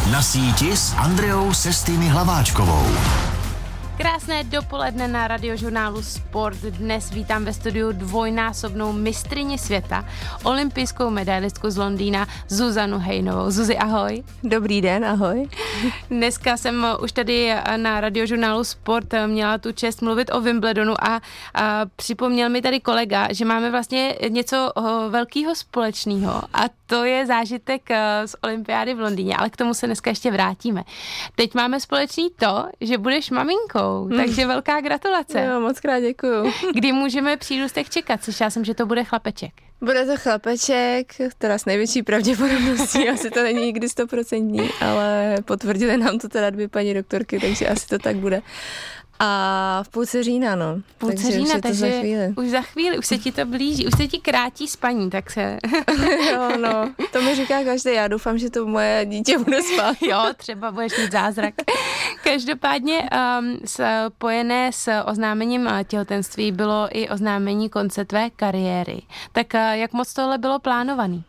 Na síti s Andreou Sestými Hlaváčkovou. Krásné dopoledne na radiožurnálu Sport. Dnes vítám ve studiu dvojnásobnou mistryni světa, olympijskou medailistku z Londýna Zuzanu Hejnovou. Zuzi, ahoj. Dobrý den, ahoj. Dneska jsem už tady na radiožurnálu Sport měla tu čest mluvit o Wimbledonu a připomněl mi tady kolega, že máme vlastně něco velkého společného a to je zážitek z olympiády v Londýně, ale k tomu se dneska ještě vrátíme. Teď máme společný to, že budeš maminkou. Takže velká gratulace. Jo, moc krát děkuju. Kdy můžeme přírůstek čekat? Slyšela jsem, že to bude chlapeček. Bude to chlapeček, teda s největší pravděpodobností, asi to není nikdy 100%, ale potvrdili nám to teda 2 paní doktorky, takže asi to tak bude. A v půlce října, no. Půlce října, takže už za chvíli, už se ti to blíží, už se ti krátí spaní, tak se... Jo, no, to mi říká každý, já doufám, že to moje dítě bude spát. Jo, třeba budeš mít zázrak. Každopádně spojené s oznámením těhotenství bylo i oznámení konce tvé kariéry. Tak jak moc tohle bylo plánovaný?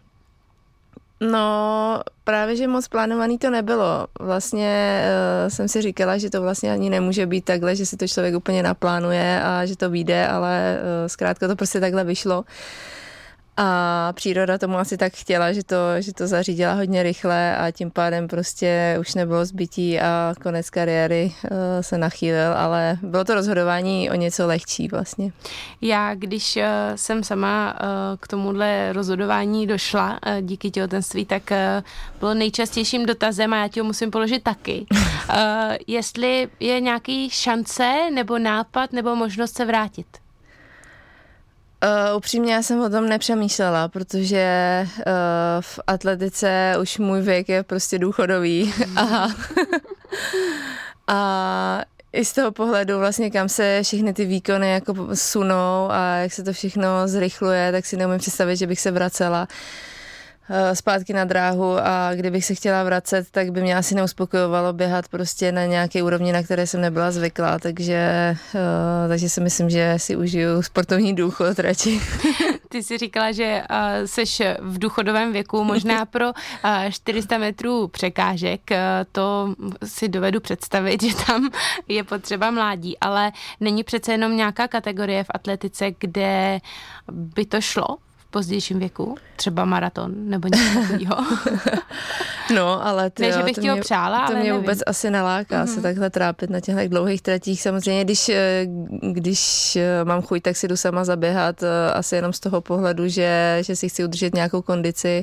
No, právě, že moc plánovaný to nebylo. Vlastně jsem si říkala, že to vlastně ani nemůže být takhle, že si to člověk úplně naplánuje a že to vyjde, ale zkrátka to prostě takhle vyšlo. A příroda tomu asi tak chtěla, že to zařídila hodně rychle a tím pádem prostě už nebylo zbytí a konec kariéry se nachýlil, ale bylo to rozhodování o něco lehčí vlastně. Já, když jsem sama k tomuhle rozhodování došla díky těhotenství, tak bylo nejčastějším dotazem, a já ti ho musím položit taky, jestli je nějaký šance nebo nápad nebo možnost se vrátit. Upřímně já jsem o tom nepřemýšlela, protože v atletice už můj věk je prostě důchodový a i z toho pohledu vlastně kam se všechny ty výkony jako sunou a jak se to všechno zrychluje, tak si neumím představit, že bych se vracela zpátky na dráhu a kdybych se chtěla vracet, tak by mě asi neuspokojovalo běhat prostě na nějaké úrovni, na které jsem nebyla zvyklá, takže si myslím, že si užiju sportovní důchod radši. Ty jsi říkala, že seš v důchodovém věku, možná pro 400 metrů překážek, to si dovedu představit, že tam je potřeba mládí, ale není přece jenom nějaká kategorie v atletice, kde by to šlo? Pozdějším věku? Třeba maraton nebo něco takového? No, ale ne, že bych ti ho přála, ale to mě nevím. vůbec asi neláká se takhle trápit na těchto dlouhých tratích. Samozřejmě, když mám chuť, tak si jdu sama zaběhat asi jenom z toho pohledu, že si chci udržet nějakou kondici.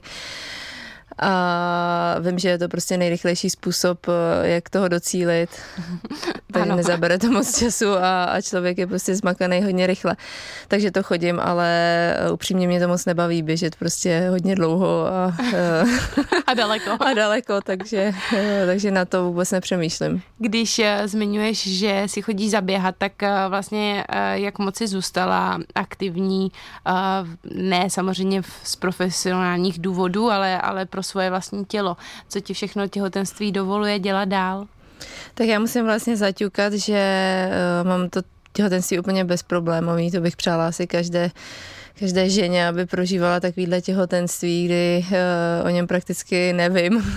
A vím, že je to prostě nejrychlejší způsob, jak toho docílit. Takže nezabere to moc času a člověk je prostě zmakaný hodně rychle. Takže to chodím, ale upřímně mě to moc nebaví běžet prostě hodně dlouho a daleko. A daleko, takže na to vůbec nepřemýšlím. Když zmiňuješ, že si chodíš zaběhat, tak vlastně jak moc si zůstala aktivní, ne samozřejmě z profesionálních důvodů, ale pro svoje vlastní tělo. Co ti všechno těhotenství dovoluje dělat dál? Tak já musím vlastně zaťukat, že mám to těhotenství úplně bezproblémový. To bych přála asi každé ženě, aby prožívala takovýhle těhotenství, kdy o něm prakticky nevím.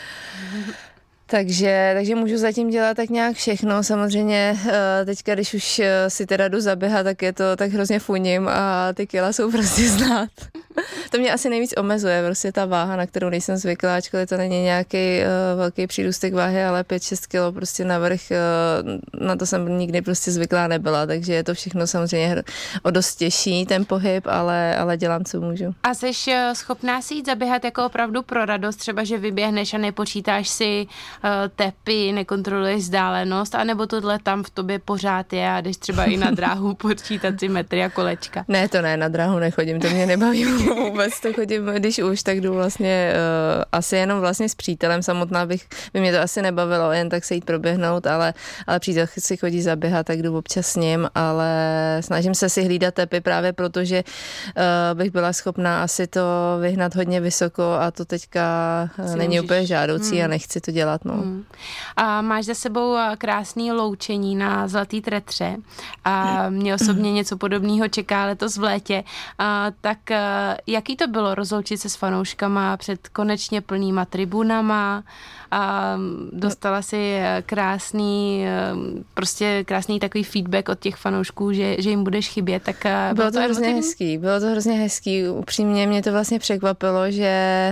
Takže můžu zatím dělat tak nějak všechno. Samozřejmě teďka, když už si teda jdu zaběhat, tak hrozně funím a ty kila jsou prostě znát. To mě asi nejvíc omezuje, prostě ta váha, na kterou nejsem zvyklá, ačkoliv to není nějaký velký přírůstek váhy, ale 5-6 kilo prostě navrch, na to jsem nikdy prostě zvyklá nebyla, takže je to všechno samozřejmě o dost těžší ten pohyb, ale dělám, co můžu. A jsi schopná si jít zaběhat jako opravdu pro radost, třeba, že vyběhneš a nepočítáš si tepy, nekontroluješ vzdálenost, anebo tohle tam v tobě pořád je a jdeš třeba i na dráhu počítat si metry a kolečka? Ne, to ne, na dráhu nechodím, to mě nebaví vůbec, to chodím, když už, tak jdu vlastně asi jenom vlastně s přítelem samotná by mě to asi nebavilo, jen tak se jít proběhnout, ale přítel si chodí zaběhat, tak jdu občas s ním, ale snažím se si hlídat tepy právě proto, že bych byla schopná asi to vyhnat hodně vysoko a to teďka není úplně žádoucí a nechci to dělat, no. no. A máš za sebou krásný loučení na Zlatý Tretře a mě osobně něco podobného čeká letos v létě. Tak jaký to bylo rozloučit se s fanouškama před konečně plnýma tribunama a dostala si krásný takový feedback od těch fanoušků, že jim budeš chybět, tak bylo to hrozně hezký, upřímně mě to vlastně překvapilo, že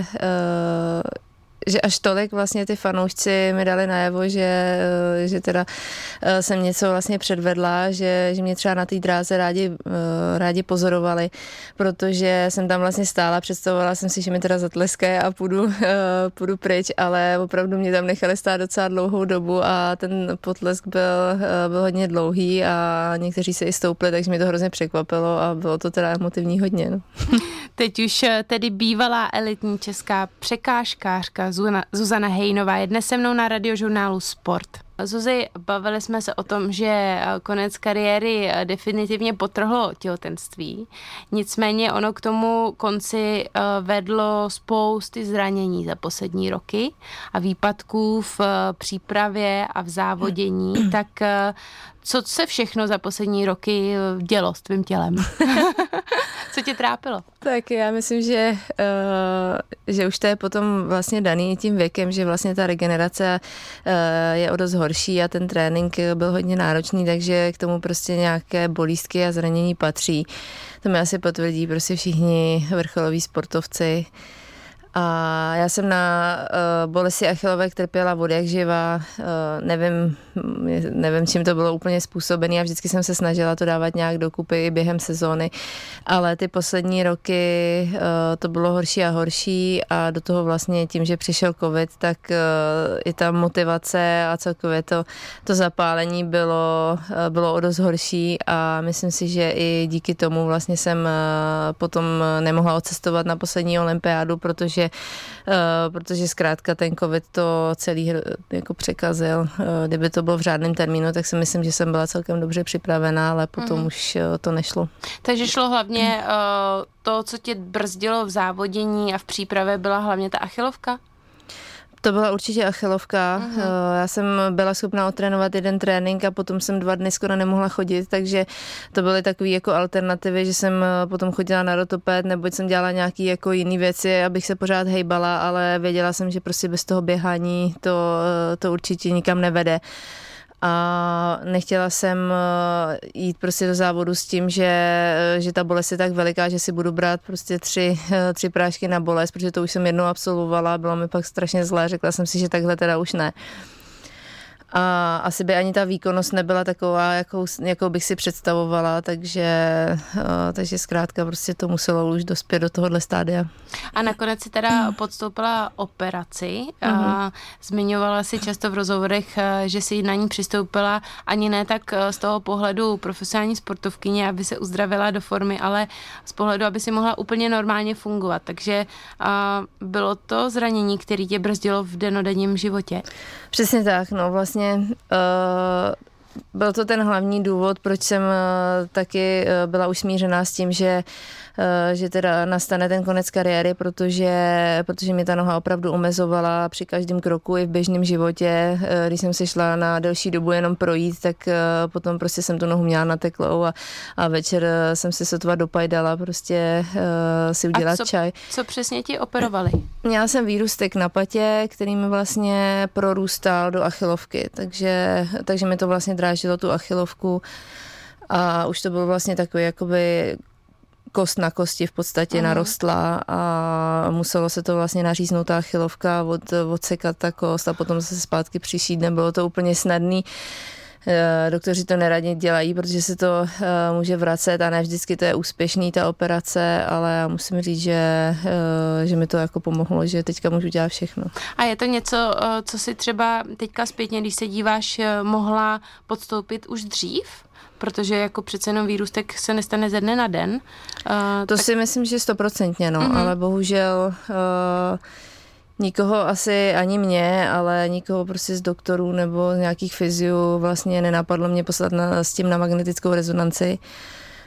až tolik vlastně ty fanoušci mi dali najevo, že teda jsem něco vlastně předvedla, že mě třeba na té dráze rádi pozorovali, protože jsem tam vlastně stála, představovala jsem si, že mi teda zatleskají a půjdu pryč, ale opravdu mě tam nechali stát docela dlouhou dobu a ten potlesk byl hodně dlouhý a někteří se i stoupli, takže mě to hrozně překvapilo a bylo to teda emotivní hodně. No. Teď už tedy bývalá elitní česká překážkářka Zuzana Hejnová je dnes se mnou na radiožurnálu Sport. Zuzi, bavili jsme se o tom, že konec kariéry definitivně potrhlo těhotenství. Nicméně ono k tomu konci vedlo spousty zranění za poslední roky a výpadků v přípravě a v závodění. Tak co se všechno za poslední roky dělo s tvým tělem? Co tě trápilo? Tak já myslím, že už to je potom vlastně daný tím věkem, že vlastně ta regenerace je o dost horší a ten trénink byl hodně náročný, takže k tomu prostě nějaké bolístky a zranění patří. To mi asi potvrdí prostě všichni vrcholoví sportovci. A já jsem na bolesti achilovek trpěla od jak živa, nevím, čím to bylo úplně způsobené a vždycky jsem se snažila to dávat nějak dokupy během sezóny, ale ty poslední roky to bylo horší a horší a do toho vlastně tím, že přišel covid, tak i ta motivace a celkově to zapálení bylo o dost horší a myslím si, že i díky tomu vlastně jsem potom nemohla odcestovat na poslední olympiádu, protože zkrátka ten covid to celý jako překazil. Kdyby to bylo v řádném termínu, tak si myslím, že jsem byla celkem dobře připravená, ale potom už to nešlo. Takže šlo hlavně to, co tě brzdilo v závodění a v přípravě, byla hlavně ta achilovka? To byla určitě achilovka. Já jsem byla schopná otrénovat jeden trénink a potom jsem 2 dny skoro nemohla chodit, takže to byly takové jako alternativy, že jsem potom chodila na rotoped, neboť jsem dělala nějaké jako jiné věci, abych se pořád hejbala, ale věděla jsem, že prostě bez toho běhání to určitě nikam nevede. A nechtěla jsem jít prostě do závodu s tím, že ta bolest je tak veliká, že si budu brát prostě 3 prášky na bolest, protože to už jsem jednou absolvovala, bylo mi pak strašně zlé, řekla jsem si, že takhle teda už ne. A asi by ani ta výkonnost nebyla taková, jakou bych si představovala, takže zkrátka prostě to muselo už dospět do tohohle stádia. A nakonec si teda podstoupila operaci. Zmiňovala si často v rozhovorech, že si na ní přistoupila ani ne tak z toho pohledu profesionální sportovkyně, aby se uzdravila do formy, ale z pohledu, aby si mohla úplně normálně fungovat. Takže bylo to zranění, které tě brzdilo v dennodenním životě? Přesně tak, no vlastně byl to ten hlavní důvod, proč jsem taky byla už smířená s tím, že teda nastane ten konec kariéry, protože mě ta noha opravdu omezovala při každém kroku i v běžném životě. Když jsem se šla na delší dobu jenom projít, tak potom prostě jsem tu nohu měla nateklou a večer jsem si sotva dopajdala prostě si udělat čaj. Co přesně ti operovali? Měla jsem výrůstek na patě, který mi vlastně prorůstal do achilovky, takže mi to vlastně drážilo tu achilovku a už to bylo vlastně takový jakoby kost na kosti v podstatě narostla a muselo se to vlastně naříznout ta achilovka, odsekat ta kost a potom zase zpátky přišít. Nebylo to úplně snadný. Doktoři to neradě dělají, protože se to může vracet a ne vždycky to je úspěšný ta operace, ale já musím říct, že mi to jako pomohlo, že teďka můžu dělat všechno. A je to něco, co si třeba teďka zpětně, když se díváš, mohla podstoupit už dřív? Protože jako přece jenom výrůstek se nestane ze dne na den. To si myslím, že 100%, no, ale bohužel nikoho asi ani mě, ale nikoho prostě z doktorů nebo z nějakých fyziů vlastně nenapadlo mě poslat s tím na magnetickou rezonanci.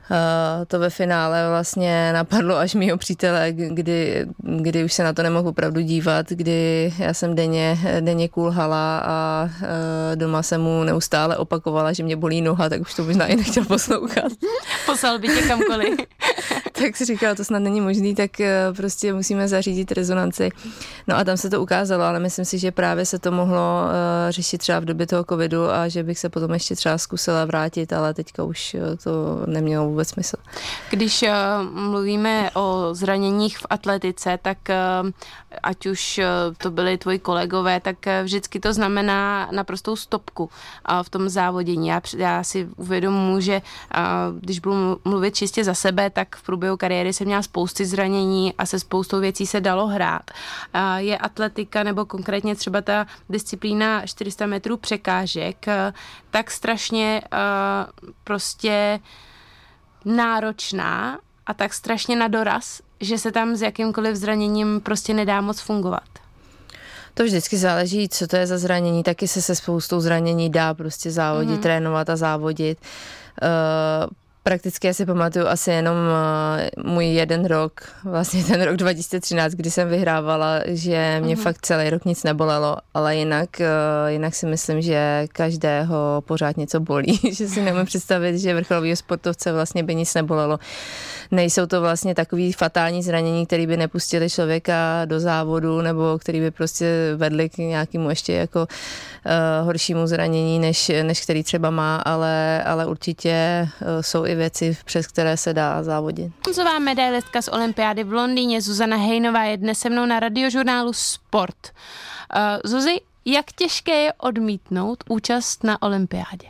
To ve finále vlastně napadlo až mýho přítele, kdy už se na to nemohu opravdu dívat, kdy já jsem denně kulhala a doma jsem mu neustále opakovala, že mě bolí noha, tak už to možná i nechtěl poslouchat. Poslal by tě kamkoliv. Tak si říkala, to snad není možný, tak prostě musíme zařídit rezonanci. No a tam se to ukázalo, ale myslím si, že právě se to mohlo řešit třeba v době toho covidu a že bych se potom ještě třeba zkusila vrátit, ale teďka už to nemělo vůbec smysl. Když mluvíme o zraněních v atletice, tak ať už to byli tvoji kolegové, tak vždycky to znamená naprostou stopku v tom závodění. Já si uvědomuji, že když budu mluvit čistě za sebe, tak v průběhu kariéry jsem měla spousty zranění a se spoustou věcí se dalo hrát. Je atletika nebo konkrétně třeba ta disciplína 400 metrů překážek tak strašně prostě náročná a tak strašně na doraz, že se tam s jakýmkoliv zraněním prostě nedá moc fungovat. To vždycky záleží, co to je za zranění. Taky se spoustou zranění dá prostě závodit, trénovat a závodit. Prakticky já si pamatuju asi jenom můj jeden rok, vlastně ten rok 2013, kdy jsem vyhrávala, že mě fakt celý rok nic nebolelo, ale jinak si myslím, že každého pořád něco bolí, že si nemůžu představit, že vrcholovýho sportovce vlastně by nic nebolelo. Nejsou to vlastně takový fatální zranění, které by nepustili člověka do závodu nebo který by prostě vedli k nějakému ještě jako horšímu zranění, než který třeba má, ale určitě jsou i věci, přes které se dá závodit. Bronzová medailistka z olympiády v Londýně Zuzana Hejnová je dnes se mnou na radiožurnálu Sport. Zuzi, jak těžké je odmítnout účast na olympiádě?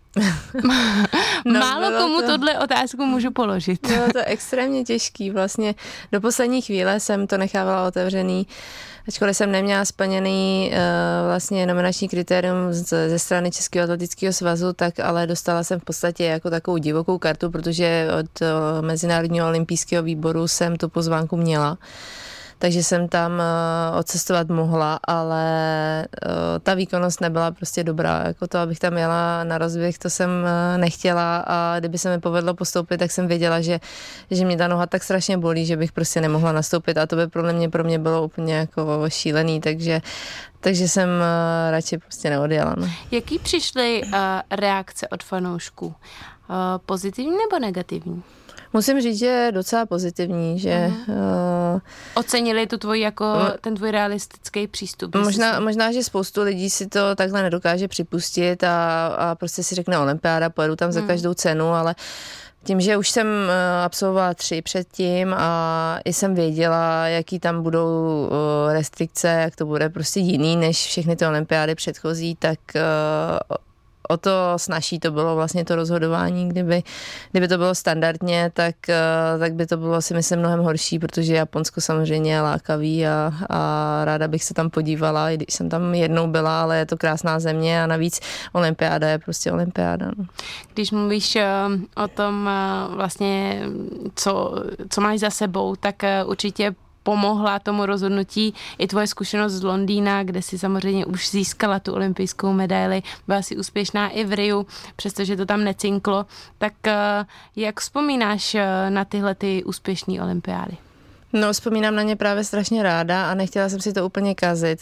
Málo komu tohle otázku můžu položit. Bylo to extrémně těžký. Vlastně do poslední chvíle jsem to nechávala otevřený. Ačkoliv jsem neměla splněný vlastně nominační kritérium ze strany Českého atletického svazu, tak ale dostala jsem v podstatě jako takovou divokou kartu, protože od Mezinárodního olympijského výboru jsem tu pozvánku měla. Takže jsem tam odcestovat mohla, ale ta výkonnost nebyla prostě dobrá. Jako to, abych tam jela na rozběh, to jsem nechtěla a kdyby se mi povedlo postoupit, tak jsem věděla, že mě ta noha tak strašně bolí, že bych prostě nemohla nastoupit a to by pro mě bylo úplně jako šílený, takže jsem radši prostě neodjela. No. Jaký přišly reakce od fanoušků? Pozitivní nebo negativní? Musím říct, že je docela pozitivní, že... Ocenili tu ten tvůj realistický přístup. Možná, že spoustu lidí si to takhle nedokáže připustit a prostě si řekne olympiáda, pojedu tam za každou cenu, ale tím, že už jsem absolvovala 3 předtím a i jsem věděla, jaký tam budou restrikce, jak to bude prostě jiný než všechny ty olympiády předchozí, tak o to snazší to bylo vlastně to rozhodování. Kdyby to bylo standardně, tak by to bylo si myslím mnohem horší, protože Japonsko samozřejmě je lákavý a ráda bych se tam podívala, i když jsem tam jednou byla, ale je to krásná země a navíc olympiáda je prostě olympiáda. No. Když mluvíš o tom vlastně, co máš za sebou, tak určitě pomohla tomu rozhodnutí i tvoje zkušenost z Londýna, kde si samozřejmě už získala tu olympijskou medaili, byla si úspěšná i v Riu, přestože to tam necinklo. Tak jak vzpomínáš na tyhle ty úspěšné olympiády? No, vzpomínám na ně právě strašně ráda a nechtěla jsem si to úplně kazit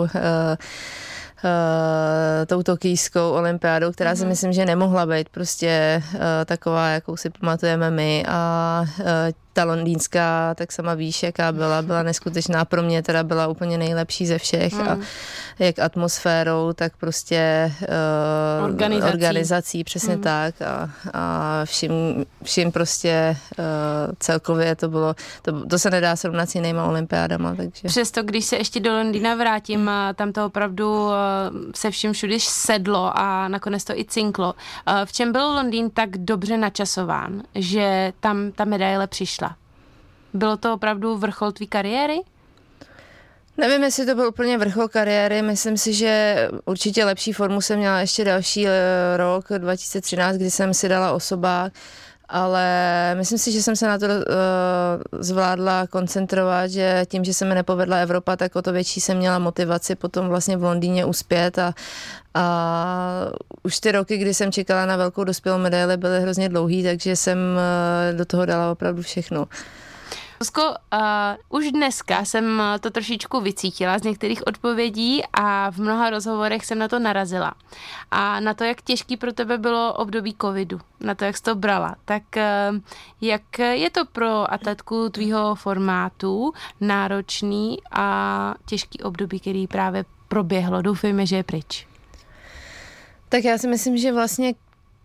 tou tokijskou olympiádou, která si myslím, že nemohla být prostě taková, jakou si pamatujeme my a ta londýnská, tak sama víš, jaká byla neskutečná, pro mě teda byla úplně nejlepší ze všech a jak atmosférou, tak prostě organizací přesně tak a vším prostě celkově to bylo, to se nedá srovnat s jinýma olympiádama, takže. Přesto, když se ještě do Londýna vrátím, tam to opravdu se vším všude sedlo a nakonec to i cinklo. V čem byl Londýn tak dobře načasován, že tam ta medaile přišla? Bylo to opravdu vrchol tvý kariéry? Nevím, jestli to byl úplně vrchol kariéry, myslím si, že určitě lepší formu jsem měla ještě další rok, 2013, kdy jsem si dala osobák ale myslím si, že jsem se na to zvládla koncentrovat, že tím, že se mi nepovedla Evropa, tak o to větší jsem měla motivaci potom vlastně v Londýně uspět a už ty roky, kdy jsem čekala na velkou dospělou medaili, byly hrozně dlouhý, takže jsem do toho dala opravdu všechno. Zuzko, už dneska jsem to trošičku vycítila z některých odpovědí a v mnoha rozhovorech jsem na to narazila. A na to, jak těžký pro tebe bylo období covidu, na to, jak jsi to brala. Tak jak je to pro atletku tvýho formátu náročný a těžký období, který právě proběhlo? Doufejme, že je pryč. Tak já si myslím, že vlastně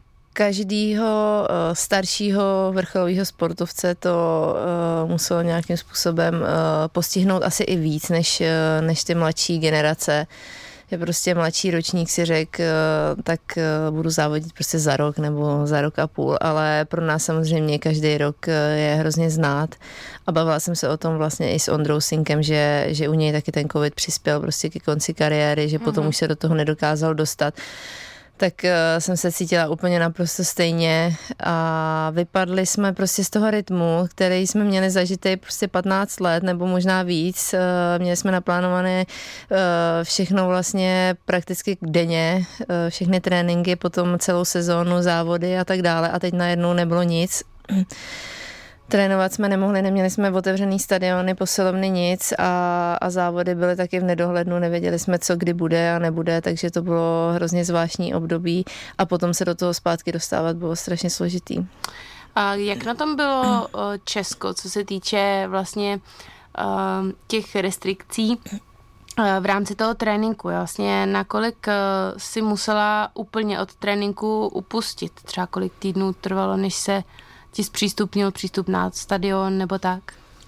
každýho staršího vrcholového sportovce to muselo nějakým způsobem postihnout asi i víc než ty mladší generace. Že prostě mladší ročník si řekl, tak budu závodit prostě za rok nebo za rok a půl, ale pro nás samozřejmě každý rok je hrozně znát a bavila jsem se o tom vlastně i s Ondrou Sinkem, že u něj taky ten covid přispěl prostě ke konci kariéry, že potom už se do toho nedokázal dostat. Tak jsem se cítila úplně naprosto stejně a vypadli jsme prostě z toho rytmu, který jsme měli zažitý prostě 15 let nebo možná víc. Měli jsme naplánované všechno vlastně prakticky denně, všechny tréninky, potom celou sezónu, závody a tak dále a teď najednou nebylo nic. Trénovat jsme nemohli, neměli jsme otevřený stadiony, posilovny, nic a závody byly taky v nedohlednu, nevěděli jsme, co kdy bude a nebude, takže to bylo hrozně zvláštní období a potom se do toho zpátky dostávat bylo strašně složitý. A jak na tom bylo Česko, co se týče vlastně těch restrikcí v rámci toho tréninku? Vlastně nakolik si musela úplně od tréninku upustit? Třeba kolik týdnů trvalo, než se ti zpřístupnil přístup na stadion nebo tak?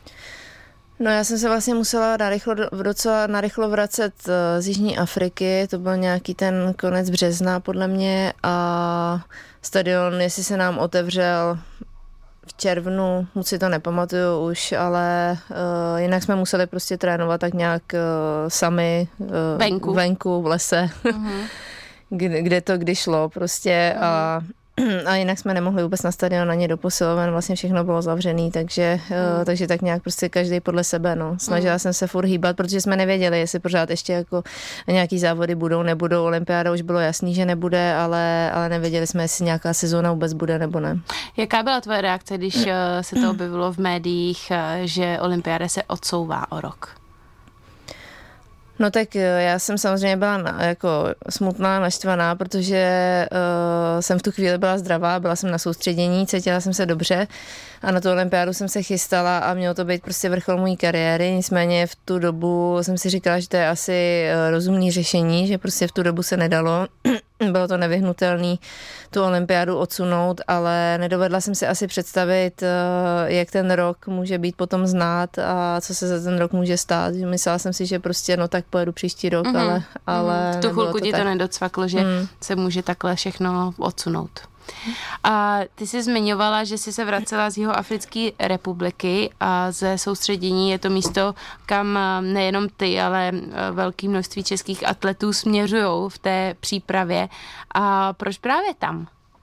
No já jsem se vlastně musela docela narychlo vracet z Jižní Afriky, to byl nějaký ten konec března podle mě a stadion, jestli se nám otevřel v červnu, moc si to nepamatuju už, ale jinak jsme museli prostě trénovat tak nějak sami venku v lese, kde to kdy šlo prostě a jinak jsme nemohli vůbec na stadion ani do posiloven, vlastně všechno bylo zavřený, takže tak nějak prostě každý podle sebe, no. Snažila jsem se furt hýbat, protože jsme nevěděli, jestli pořád ještě jako nějaký závody budou, nebudou, olympiáda už bylo jasný, že nebude, ale nevěděli jsme, jestli nějaká sezóna vůbec bude nebo ne. Jaká byla tvoje reakce, když se to objevilo v médiích, že olympiáda se odsouvá o rok? No tak já jsem samozřejmě byla jako smutná, naštvaná, protože jsem v tu chvíli byla zdravá, byla jsem na soustředění, cítila jsem se dobře a na tu olympiádu jsem se chystala a mělo to být prostě vrchol mojí kariéry, nicméně v tu dobu jsem si říkala, že to je asi rozumné řešení, že prostě v tu dobu se nedalo, bylo to nevyhnutelné tu olympiádu odsunout, ale nedovedla jsem si asi představit, jak ten rok může být potom znát a co se za ten rok může stát. Myslela jsem si, že prostě no tak pojedu příští rok, ale v tu chvilku ti to nedocvaklo, že se může takhle všechno odsunout. A ty jsi zmiňovala, že jsi se vracela z Jihoafrické republiky a ze soustředění je to místo, kam nejenom ty, ale velké množství českých atletů směřujou v té přípravě. A proč právě tam?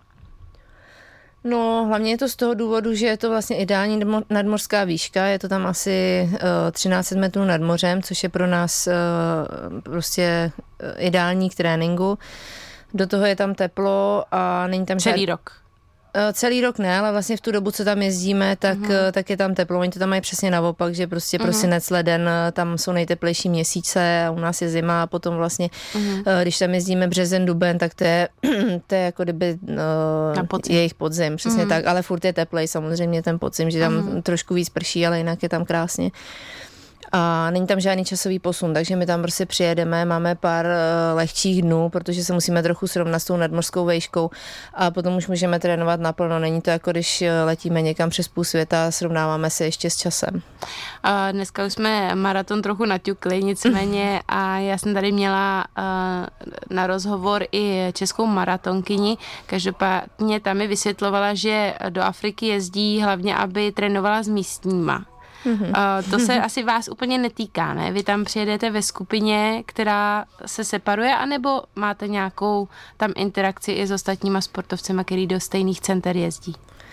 No, hlavně je to z toho důvodu, že je to vlastně ideální nadmořská výška, je to tam asi 1300 metrů nad mořem, což je pro nás prostě ideální k tréninku. Do toho je tam teplo a není tam celý rok. Celý rok ne, ale vlastně v tu dobu, co tam jezdíme, tak je tam teplo. Oni to tam mají přesně naopak, že prostě prosinec, leden, tam jsou nejteplejší měsíce a u nás je zima a potom vlastně, když tam jezdíme březen, duben, tak to je jako kdyby jejich podzim, přesně tak, ale furt je teplej samozřejmě ten podzim, že tam trošku víc prší, ale jinak je tam krásně. A není tam žádný časový posun, takže my tam prostě přijedeme, máme pár lehčích dnů, protože se musíme trochu srovnat s tou nadmořskou vejškou a potom už můžeme trénovat naplno. Není to jako když letíme někam přes půl světa a srovnáváme se ještě s časem. A dneska už jsme maraton trochu naťukli, nicméně a já jsem tady měla na rozhovor i českou maratonkyni. Každopádně tam mi vysvětlovala, že do Afriky jezdí hlavně, aby trénovala s místníma. To se asi vás úplně netýká, ne? Vy tam přijedete ve skupině, která se separuje, anebo máte nějakou tam interakci i s ostatníma sportovcema, který do stejných center jezdí?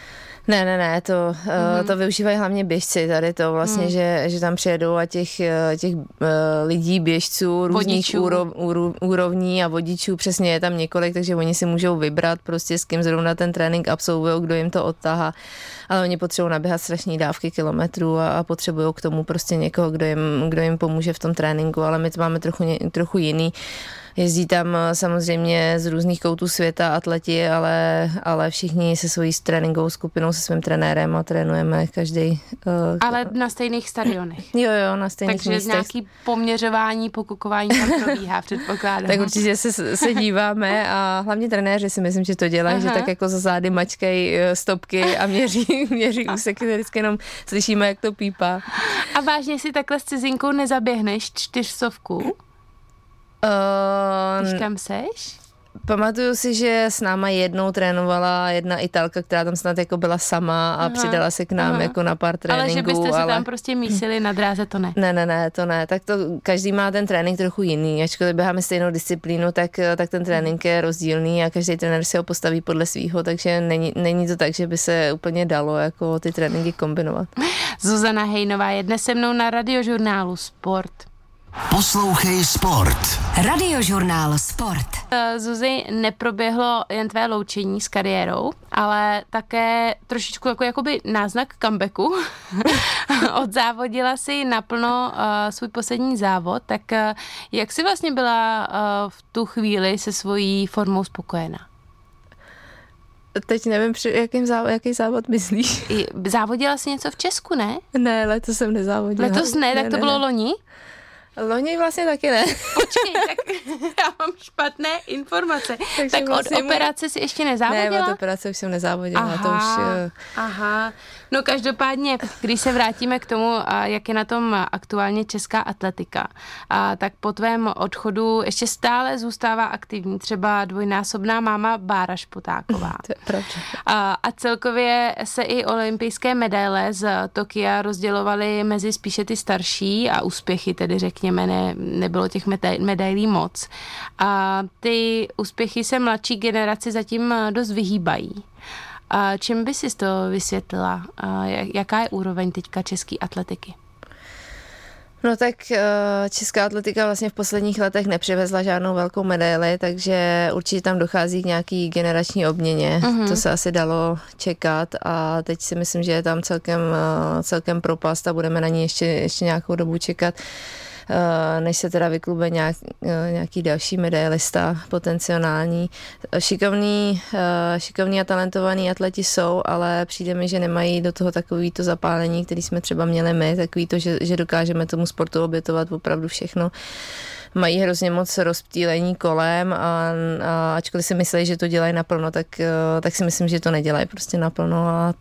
Ne, to využívají hlavně běžci tady to vlastně, že tam přijedou a těch lidí, běžců, různých úrovní a vodičů, přesně je tam několik, takže oni si můžou vybrat prostě s kým zrovna ten trénink absolvují, kdo jim to odtahá, ale oni potřebují naběhat strašné dávky kilometrů a potřebují k tomu prostě někoho, kdo jim pomůže v tom tréninku, ale my to máme trochu jiný. Jezdí tam samozřejmě z různých koutů světa atleti, ale všichni se svojí tréninkovou skupinou, se svým trenérem a trénujeme každý. Ale na stejných stadionech. Jo, na stejných takže místech. Takže nějaký poměřování, pokukování tam probíhá, předpokládám. Tak určitě se díváme a hlavně trenéři si myslím, že to dělají, že tak jako za zády mačkají stopky a měří úseky, vždycky jenom slyšíme, jak to pípá. A vážně si takhle s cizinkou nezaběhneš 400? Když tam seš? Pamatuju si, že s náma jednou trénovala jedna Italka, která tam snad jako byla sama a přidala se k nám jako na pár tréninků. Ale že byste se tam prostě mísili na dráze, to ne? Ne, to ne. Tak to každý má ten trénink trochu jiný. Ačkoliv běháme stejnou disciplínu, tak ten trénink je rozdílný a každý trenér si ho postaví podle svýho, takže není to tak, že by se úplně dalo jako ty tréninky kombinovat. Zuzana Hejnová je dnes se mnou na Radiožurnálu Sport. Poslouchej Sport. Radiožurnál Sport. Zuzi, neproběhlo jen tvé loučení s kariérou, ale také trošičku jakoby náznak comebacku. Odzávodila si naplno svůj poslední závod, tak jak jsi vlastně byla v tu chvíli se svojí formou spokojená? Teď nevím, jaký závod myslíš. Závodila jsi něco v Česku, ne? Ne, letos jsem nezávodila. Letos ne, tak to bylo loni? Loni vlastně taky ne. Počkej, tak já mám špatné informace. Takže tak vlastně od operace si ještě nezávodila? Ne, od operace už jsem nezávodila. Aha. No každopádně, když se vrátíme k tomu, jak je na tom aktuálně česká atletika, tak po tvém odchodu ještě stále zůstává aktivní třeba dvojnásobná máma Bára Špotáková. To je pravda. A celkově se i olympijské medaile z Tokia rozdělovaly mezi spíše ty starší a úspěchy, tedy řekněme, nebylo těch medailí moc. A ty úspěchy se mladší generaci zatím dost vyhýbají. A čím by si to vysvětlila? Jaká je úroveň teďka české atletiky? No tak česká atletika vlastně v posledních letech nepřivezla žádnou velkou medaili, takže určitě tam dochází k nějaký generační obměně. To se asi dalo čekat a teď si myslím, že je tam celkem propast a budeme na ní ještě nějakou dobu čekat, než se teda vyklube nějaký další medailista potenciální. Šikovní a talentovaní atleti jsou, ale přijde mi, že nemají do toho takový to zapálení, který jsme třeba měli my, takový to, že dokážeme tomu sportu obětovat opravdu všechno. Mají hrozně moc rozptýlení kolem a ačkoliv si myslí, že to dělají naplno, tak si myslím, že to nedělají prostě naplno a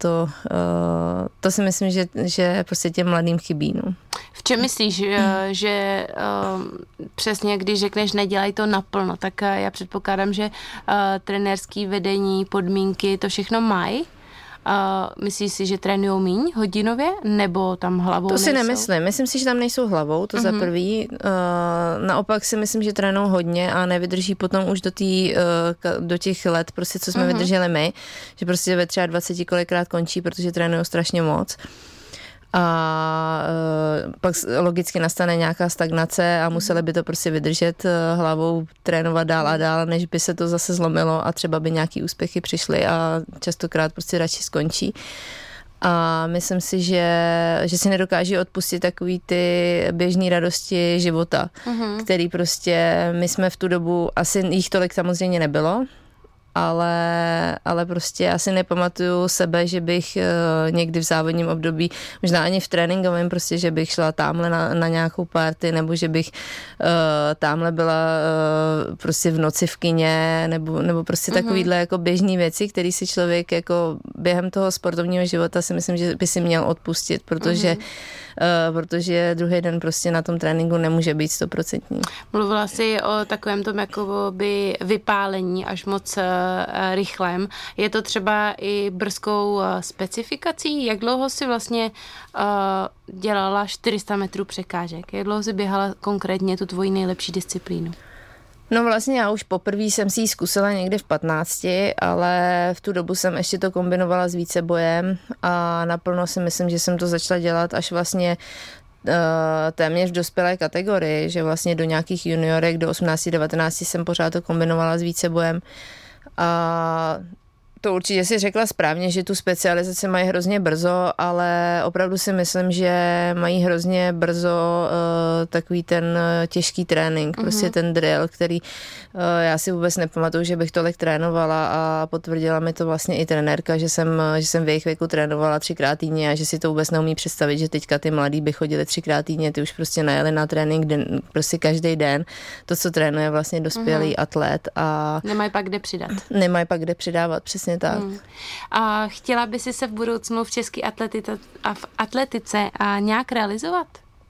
to si myslím, že prostě těm mladým chybí. No. V čem myslíš, že přesně když řekneš nedělají to naplno, tak já předpokládám, že trenérský vedení, podmínky, to všechno mají? Myslíš si, že trénujou míň hodinově, nebo tam hlavou to nejsou? Si nemyslím. Myslím si, že tam nejsou hlavou, to za prvý. Naopak si myslím, že trénují hodně a nevydrží potom už do těch let, prostě, co jsme vydrželi my, že prostě ve 23 kolikrát končí, protože trénují strašně moc. A pak logicky nastane nějaká stagnace a museli by to prostě vydržet hlavou, trénovat dál a dál, než by se to zase zlomilo a třeba by nějaký úspěchy přišly a častokrát prostě radši skončí. A myslím si, že si nedokáží odpustit takový ty běžné radosti života, který prostě my jsme v tu dobu, asi jich tolik samozřejmě nebylo, ale prostě asi nepamatuju sebe, že bych někdy v závodním období, možná ani v tréninkovém, prostě, že bych šla tamhle na nějakou party, nebo že bych tamhle byla prostě v noci v kině, nebo prostě takovýhle jako běžný věci, který si člověk jako během toho sportovního života si myslím, že by si měl odpustit, protože druhý den prostě na tom tréninku nemůže být 100%. Mluvila jsi o takovém tom jakoby vypálení až moc rychlém. Je to třeba i brzkou specifikací? Jak dlouho si vlastně dělala 400 metrů překážek? Jak dlouho si běhala konkrétně tu tvoji nejlepší disciplínu? No vlastně já už poprvé jsem si ji zkusila někdy v 15, ale v tu dobu jsem ještě to kombinovala s vícebojem a naplno si myslím, že jsem to začala dělat až vlastně téměř v dospělé kategorii, že vlastně do nějakých juniorek, do 18-19 jsem pořád to kombinovala s vícebojem a to určitě si řekla správně, že tu specializaci mají hrozně brzo, ale opravdu si myslím, že mají hrozně brzo takový ten těžký trénink, prostě ten drill, který já si vůbec nepamatuju, že bych tolik trénovala a potvrdila mi to vlastně i trenérka, že jsem v jejich věku trénovala 3x týdně a že si to vůbec neumí představit, že teďka ty mladí by chodili 3x týdně, ty už prostě najeli na trénink prostě každý den, to, co trénuje vlastně dospělý atlet a nemají pak kde přidat. Nemají pak kde přidávat, přesně tak. A chtěla by si se v budoucnu v české atletice nějak realizovat?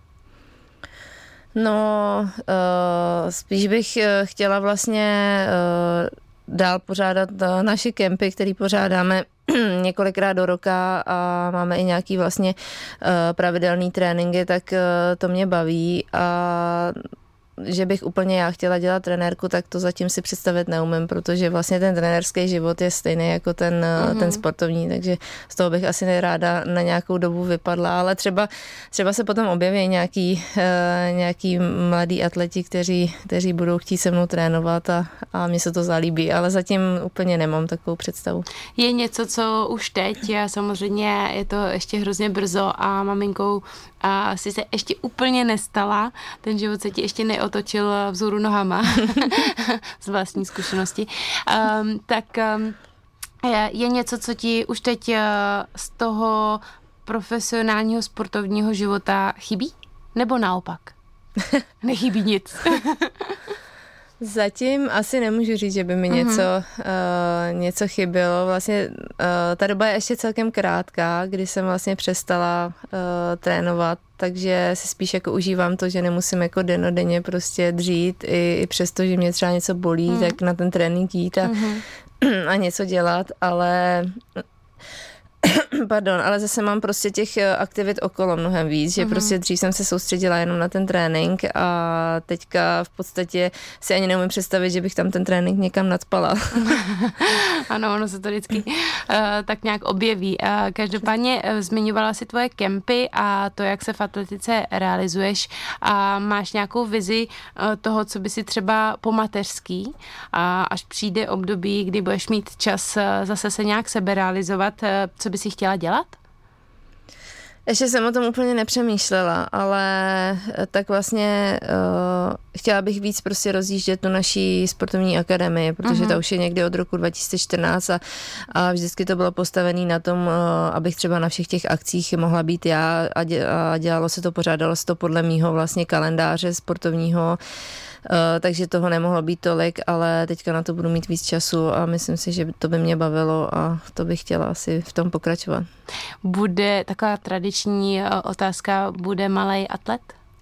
No, spíš bych chtěla vlastně dál pořádat naše kempy, které pořádáme několikrát do roka a máme i nějaký vlastně pravidelný tréninky, tak to mě baví a že bych úplně já chtěla dělat trenérku, tak to zatím si představit neumím, protože vlastně ten trenérský život je stejný jako ten sportovní, takže z toho bych asi ráda na nějakou dobu vypadla, ale třeba se potom objeví nějaký mladí atleti, kteří budou chtít se mnou trénovat a mně se to zalíbí, ale zatím úplně nemám takovou představu. Je něco, co už teď, samozřejmě je to ještě hrozně brzo a maminkou si se ještě úplně nestala, ten život se ti ještě neotočil vzhůru nohama z vlastní zkušenosti, je něco, co ti už teď z toho profesionálního sportovního života chybí? Nebo naopak? Nechybí nic. Zatím asi nemůžu říct, že by mi něco chybělo. Vlastně ta doba je ještě celkem krátká, kdy jsem vlastně přestala trénovat, takže si spíš jako užívám to, že nemusím jako dennodenně prostě dřít i přesto, že mě třeba něco bolí, tak na ten trénink jít a něco dělat, ale ale zase mám prostě těch aktivit okolo mnohem víc, že prostě dřív jsem se soustředila jenom na ten trénink a teďka v podstatě si ani neumím představit, že bych tam ten trénink někam nadspala. Ano, ono se to vždycky tak nějak objeví. Každopádně zmiňovala si tvoje kempy a to, jak se v atletice realizuješ a máš nějakou vizi toho, co by si třeba po mateřský a až přijde období, kdy budeš mít čas zase se nějak seberealizovat, co by si chtěla dělat? Ještě jsem o tom úplně nepřemýšlela, ale tak vlastně chtěla bych víc prostě rozjíždět tu naší sportovní akademii, protože ta už je někdy od roku 2014 a vždycky to bylo postavené na tom, abych třeba na všech těch akcích mohla být já a pořádalo se to podle mýho vlastně kalendáře sportovního, takže toho nemohlo být tolik, ale teďka na to budu mít víc času a myslím si, že to by mě bavilo a to bych chtěla asi v tom pokračovat. Bude taková tradiční otázka, bude malej atlet?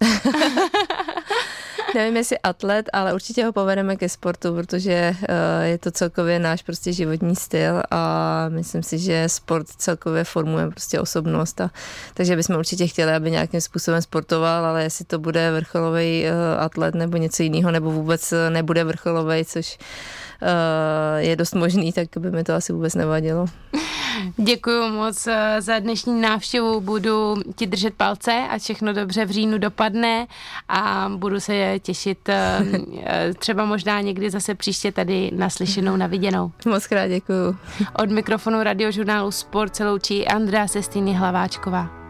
Nevím, jestli atlet, ale určitě ho povedeme ke sportu, protože je to celkově náš prostě životní styl a myslím si, že sport celkově formuje prostě osobnost. Takže bychom určitě chtěli, aby nějakým způsobem sportoval, ale jestli to bude vrcholový atlet nebo něco jiného, nebo vůbec nebude vrcholový, což je dost možný, tak by mi to asi vůbec nevadilo. Děkuju moc za dnešní návštěvu, budu ti držet palce a všechno dobře v říjnu dopadne a budu se těšit třeba možná někdy zase příště tady naslyšenou, na viděnou. Moc krát děkuju. Od mikrofonu Radiožurnálu Sport se loučí Andrea Sestýny Hlaváčková.